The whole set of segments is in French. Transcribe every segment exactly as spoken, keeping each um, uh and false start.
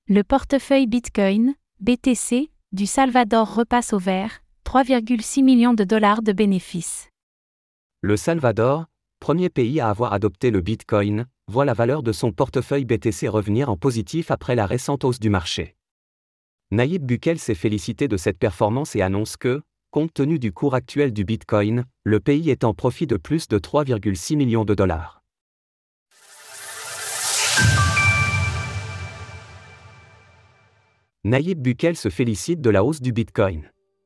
Le portefeuille Bitcoin, B T C, du Salvador repasse au vert, trois virgule six millions de dollars de bénéfices. Le Salvador, premier pays à avoir adopté le Bitcoin, voit la valeur de son portefeuille B T C revenir en positif après la récente hausse du marché. Nayib Bukele s'est félicité de cette performance et annonce que, compte tenu du cours actuel du Bitcoin, le pays est en profit de plus de trois virgule six millions de dollars. Nayib Bukele se félicite de la hausse du Bitcoin.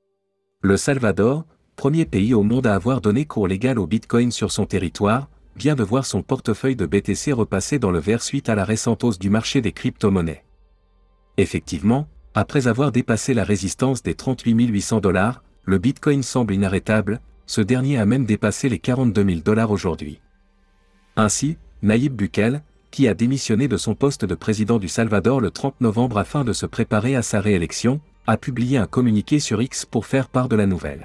Le Salvador, premier pays au monde à avoir donné cours légal au Bitcoin sur son territoire, vient de voir son portefeuille de B T C repasser dans le vert suite à la récente hausse du marché des crypto-monnaies. Effectivement, après avoir dépassé la résistance des trente-huit mille huit cents dollars, le Bitcoin semble inarrêtable, ce dernier a même dépassé les quarante-deux mille dollars aujourd'hui. Ainsi, Nayib Bukele, qui a démissionné de son poste de président du Salvador le trente novembre afin de se préparer à sa réélection, a publié un communiqué sur X pour faire part de la nouvelle.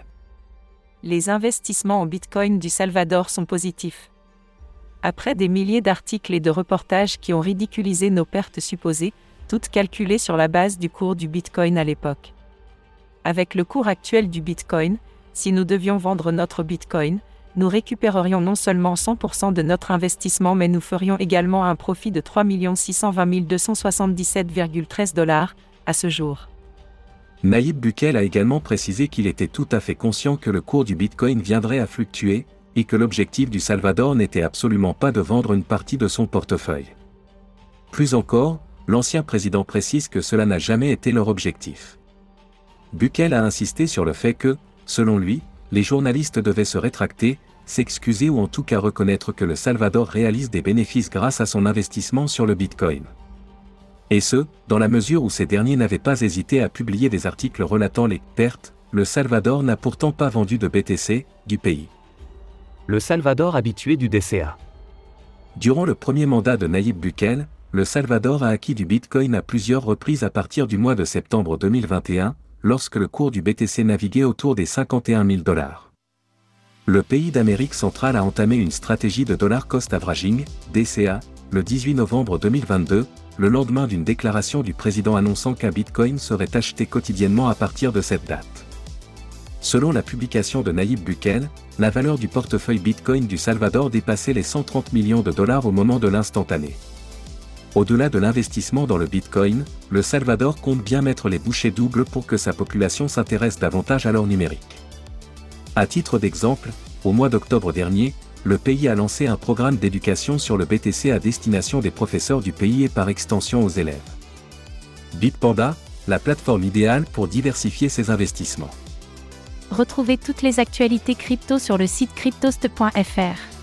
Les investissements en Bitcoin du Salvador sont positifs. Après des milliers d'articles et de reportages qui ont ridiculisé nos pertes supposées, toutes calculées sur la base du cours du Bitcoin à l'époque. Avec le cours actuel du Bitcoin, si nous devions vendre notre Bitcoin, nous récupérerions non seulement cent pour cent de notre investissement mais nous ferions également un profit de trois millions six cent vingt mille deux cent soixante-dix-sept virgule treize dollars à ce jour. Nayib Bukele a également précisé qu'il était tout à fait conscient que le cours du Bitcoin viendrait à fluctuer, et que l'objectif du Salvador n'était absolument pas de vendre une partie de son portefeuille. Plus encore, l'ancien président précise que cela n'a jamais été leur objectif. Bukele a insisté sur le fait que, selon lui, les journalistes devaient se rétracter, s'excuser ou en tout cas reconnaître que le Salvador réalise des bénéfices grâce à son investissement sur le Bitcoin. Et ce, dans la mesure où ces derniers n'avaient pas hésité à publier des articles relatant les pertes, le Salvador n'a pourtant pas vendu de B T C, du pays. Le Salvador habitué du D C A. Durant le premier mandat de Nayib Bukele, le Salvador a acquis du Bitcoin à plusieurs reprises à partir du mois de septembre deux mille vingt et un, lorsque le cours du B T C naviguait autour des cinquante et un mille dollars. Le pays d'Amérique centrale a entamé une stratégie de dollar cost averaging, D C A, le dix-huit novembre deux mille vingt-deux, le lendemain d'une déclaration du président annonçant qu'un Bitcoin serait acheté quotidiennement à partir de cette date. Selon la publication de Nayib Bukele, la valeur du portefeuille Bitcoin du Salvador dépassait les cent trente millions de dollars au moment de l'instantané. Au-delà de l'investissement dans le Bitcoin, le Salvador compte bien mettre les bouchées doubles pour que sa population s'intéresse davantage à l'or numérique. À titre d'exemple, au mois d'octobre dernier, le pays a lancé un programme d'éducation sur le B T C à destination des professeurs du pays et par extension aux élèves. Bitpanda, la plateforme idéale pour diversifier ses investissements. Retrouvez toutes les actualités crypto sur le site cryptost point f r.